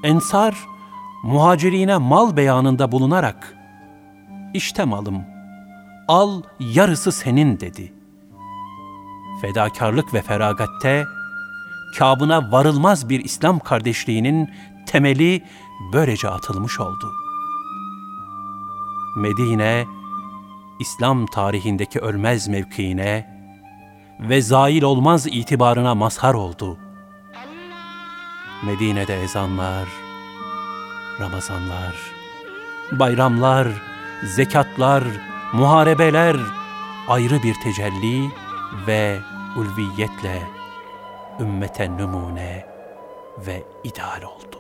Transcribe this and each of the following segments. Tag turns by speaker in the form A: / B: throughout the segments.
A: Ensar, muhacirine mal beyanında bulunarak, "İşte malım, al yarısı senin," dedi. Fedakarlık ve feragatte, kâbına varılmaz bir İslam kardeşliğinin temeli böylece atılmış oldu. Medine, İslam tarihindeki ölmez mevkiine ve zail olmaz itibarına mazhar oldu. Medine'de ezanlar, Ramazanlar, bayramlar, zekatlar, muharebeler ayrı bir tecelli ve ulviyetle ümmete numune ve ideal oldu.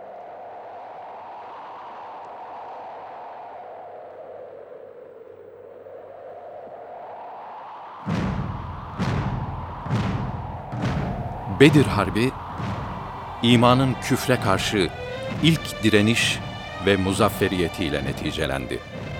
B: Bedir Harbi, imanın küfre karşı ilk direniş ve muzafferiyetiyle neticelendi.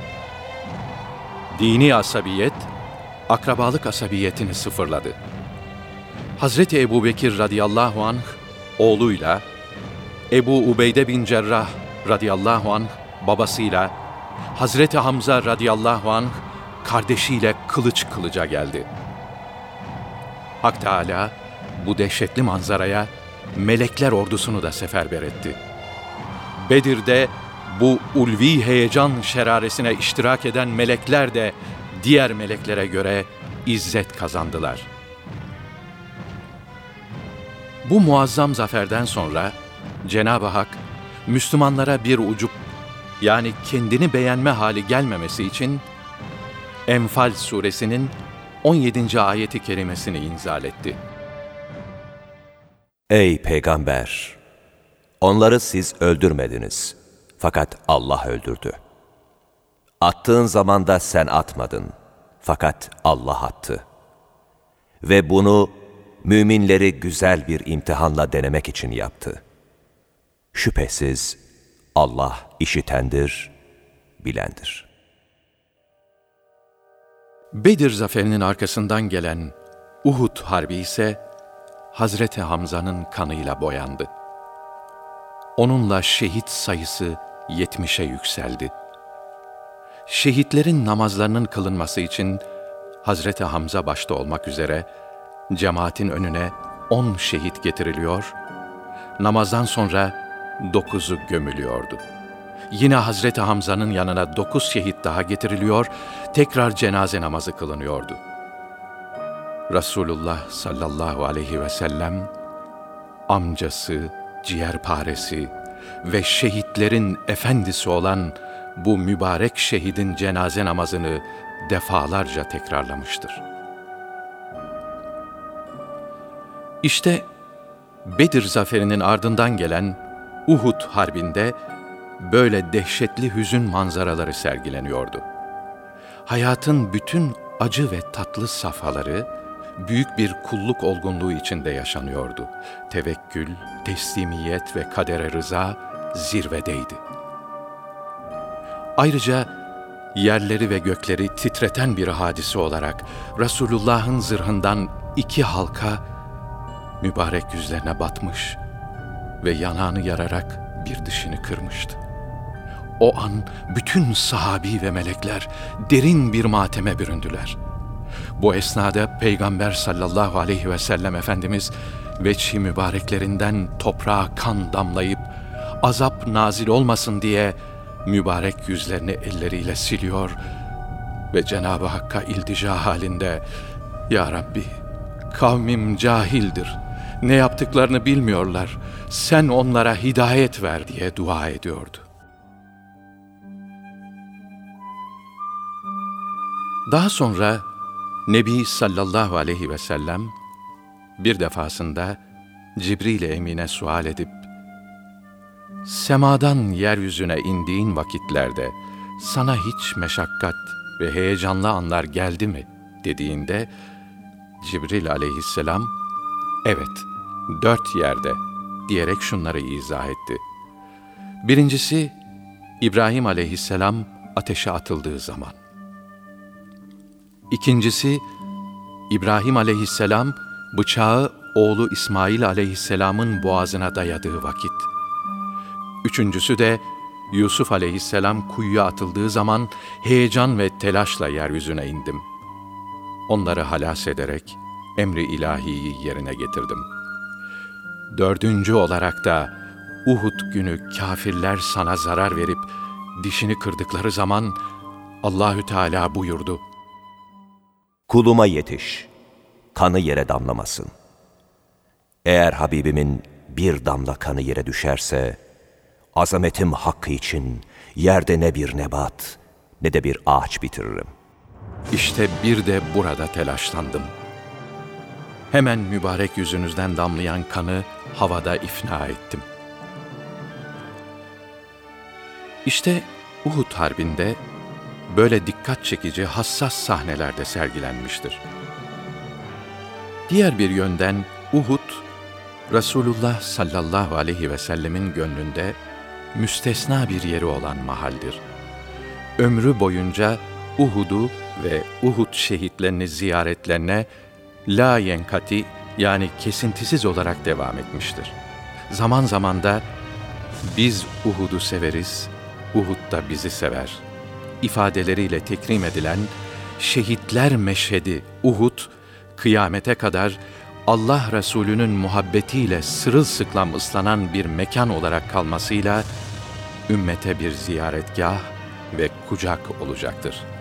B: Dini asabiyet, akrabalık asabiyetini sıfırladı. Hazreti Ebubekir radıyallahu anh oğluyla, Ebu Ubeyde bin Cerrah radıyallahu anh babasıyla, Hazreti Hamza radıyallahu anh kardeşiyle kılıç kılıca geldi. Hak Teâlâ bu dehşetli manzaraya melekler ordusunu da seferber etti. Bedir'de bu ulvi heyecan şeraresine iştirak eden melekler de diğer meleklere göre izzet kazandılar. Bu muazzam zaferden sonra Cenab-ı Hak Müslümanlara bir ucup, yani kendini beğenme hali gelmemesi için Enfal suresinin 17. ayeti kerimesini inzal etti.
C: Ey Peygamber! Onları siz öldürmediniz. Fakat Allah öldürdü. Attığın zaman da sen atmadın. Fakat Allah attı. Ve bunu müminleri güzel bir imtihanla denemek için yaptı. Şüphesiz Allah işitendir, bilendir.
B: Bedir zaferinin arkasından gelen Uhud Harbi ise Hazreti Hamza'nın kanıyla boyandı. Onunla şehit sayısı 70'e yükseldi. Şehitlerin namazlarının kılınması için Hazreti Hamza başta olmak üzere cemaatin önüne 10 şehit getiriliyor, namazdan sonra 9'u gömülüyordu. Yine Hazreti Hamza'nın yanına 9 şehit daha getiriliyor, tekrar cenaze namazı kılınıyordu. Resulullah sallallahu aleyhi ve sellem, amcası, ciğerparesi ve şehitlerin efendisi olan bu mübarek şehidin cenaze namazını defalarca tekrarlamıştır. İşte Bedir zaferinin ardından gelen Uhud Harbi'nde böyle dehşetli hüzün manzaraları sergileniyordu. Hayatın bütün acı ve tatlı safhaları büyük bir kulluk olgunluğu içinde yaşanıyordu. Tevekkül, teslimiyet ve kadere rıza zirvedeydi. Ayrıca yerleri ve gökleri titreten bir hadise olarak Resulullah'ın zırhından 2 halka mübarek yüzlerine batmış ve yanağını yararak bir dişini kırmıştı. O an bütün sahabi ve melekler derin bir mateme büründüler. Bu esnada Peygamber sallallahu aleyhi ve sellem Efendimiz veçhi mübareklerinden toprağa kan damlayıp azap nazil olmasın diye mübarek yüzlerini elleriyle siliyor ve Cenab-ı Hakk'a iltica halinde "Ya Rabbi, kavmim cahildir, ne yaptıklarını bilmiyorlar, sen onlara hidayet ver" diye dua ediyordu. Daha sonra Nebi sallallahu aleyhi ve sellem bir defasında Cibril-i Emin'e sual edip, "Semadan yeryüzüne indiğin vakitlerde sana hiç meşakkat ve heyecanlı anlar geldi mi?" dediğinde Cibril aleyhisselam, "Evet, 4 yerde" diyerek şunları izah etti. Birincisi, İbrahim aleyhisselam ateşe atıldığı zaman. İkincisi, İbrahim aleyhisselam bıçağı oğlu İsmail aleyhisselamın boğazına dayadığı vakit. Üçüncüsü de Yusuf aleyhisselam kuyuya atıldığı zaman heyecan ve telaşla yeryüzüne indim. Onları halas ederek emri ilahiyi yerine getirdim. Dördüncü olarak da Uhud günü kâfirler sana zarar verip dişini kırdıkları zaman Allahü Teala buyurdu:
C: Kuluma yetiş, kanı yere damlamasın. Eğer Habibimin bir damla kanı yere düşerse, azametim hakkı için yerde ne bir nebat ne de bir ağaç bitiririm.
B: İşte bir de burada telaşlandım. Hemen mübarek yüzünüzden damlayan kanı havada ifna ettim. İşte Uhud Harbi'nde böyle dikkat çekici hassas sahnelerde sergilenmiştir. Diğer bir yönden Uhud, Resulullah sallallahu aleyhi ve sellemin gönlünde müstesna bir yeri olan mahaldir. Ömrü boyunca Uhud'u ve Uhud şehitlerini ziyaretlerine la yenkati, yani kesintisiz olarak devam etmiştir. Zaman zaman da biz Uhud'u severiz, Uhud da bizi sever ifadeleriyle tekrim edilen şehitler meşhedi Uhud, kıyamete kadar Allah Resulü'nün muhabbetiyle sırılsıklam ıslanan bir mekan olarak kalmasıyla ümmete bir ziyaretgah ve kucak olacaktır.